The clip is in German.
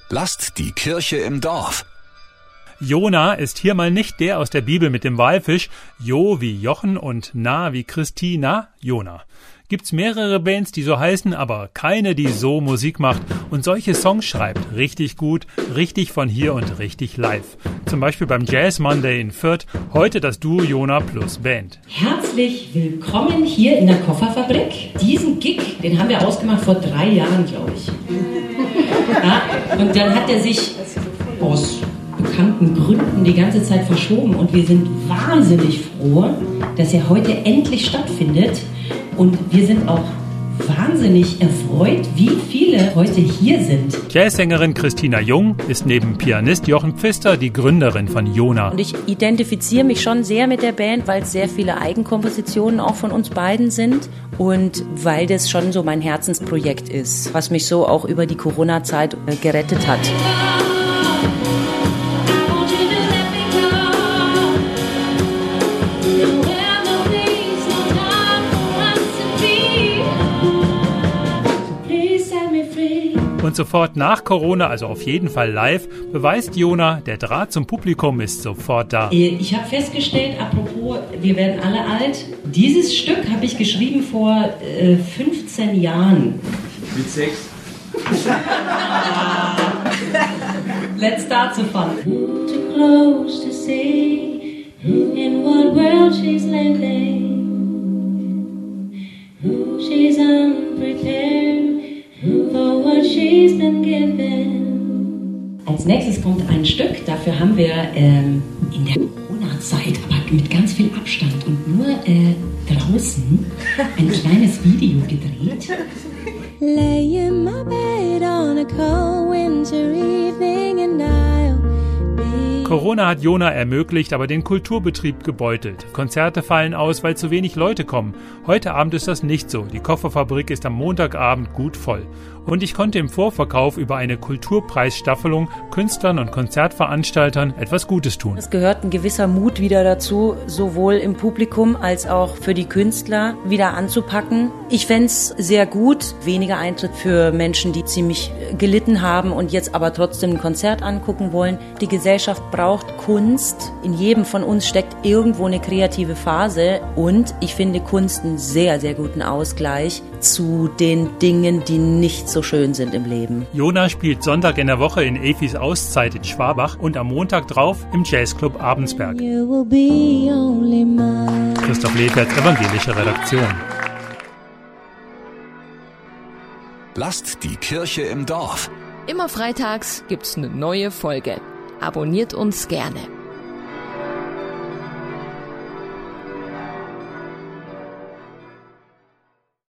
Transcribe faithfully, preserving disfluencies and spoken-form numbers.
Lasst die Kirche im Dorf. Jona ist hier mal nicht der aus der Bibel mit dem Walfisch. Jo wie Jochen und Na wie Christina, Jona. Gibt's mehrere Bands, die so heißen, aber keine, die so Musik macht und solche Songs schreibt. Richtig gut, richtig von hier und richtig live. Zum Beispiel beim Jazz Monday in Fürth, heute das Duo Jona plus Band. Herzlich willkommen hier in der Kofferfabrik. Diesen Gig, den haben wir ausgemacht vor drei Jahren, glaube ich. Ja, und dann hat er sich aus bekannten Gründen die ganze Zeit verschoben und wir sind wahnsinnig froh, dass er heute endlich stattfindet. Und wir sind auch wahnsinnig erfreut, wie viele heute hier sind. Jazzsängerin Christina Jung ist neben Pianist Jochen Pfister die Gründerin von Jona. Und ich identifiziere mich schon sehr mit der Band, weil es sehr viele Eigenkompositionen auch von uns beiden sind und weil das schon so mein Herzensprojekt ist, was mich so auch über die Corona-Zeit gerettet hat. Und sofort nach Corona, also auf jeden Fall live, beweist Jona, der Draht zum Publikum ist sofort da. Ich habe festgestellt, apropos, wir werden alle alt, dieses Stück habe ich geschrieben vor äh, fünfzehn Jahren. Mit sechs? Let's start so fun. Too close to see in what world she's living. She's unprepared for what she's been given. Als nächstes kommt ein Stück, dafür haben wir ähm, in der Corona-Zeit, aber mit ganz viel Abstand und nur äh, draußen ein kleines Video gedreht. Lay in my bed on a cold winter evening and I'll be... Corona hat Jona ermöglicht, aber den Kulturbetrieb gebeutelt. Konzerte fallen aus, weil zu wenig Leute kommen. Heute Abend ist das nicht so. Die Kofferfabrik ist am Montagabend gut voll. Und ich konnte im Vorverkauf über eine Kulturpreisstaffelung Künstlern und Konzertveranstaltern etwas Gutes tun. Es gehört ein gewisser Mut wieder dazu, sowohl im Publikum als auch für die Künstler wieder anzupacken. Ich fände es sehr gut, weniger Eintritt für Menschen, die ziemlich gelitten haben und jetzt aber trotzdem ein Konzert angucken wollen. Die Gesellschaft braucht Kunst. In jedem von uns steckt irgendwo eine kreative Phase und ich finde Kunst einen sehr, sehr guten Ausgleich zu den Dingen, die nicht so schön sind im Leben. Jona spielt Sonntag in der Woche in Efis Auszeit in Schwabach und am Montag drauf im Jazzclub Abensberg. Christoph Leferts, evangelische Redaktion. Lasst die Kirche im Dorf. Immer freitags gibt's eine neue Folge. Abonniert uns gerne.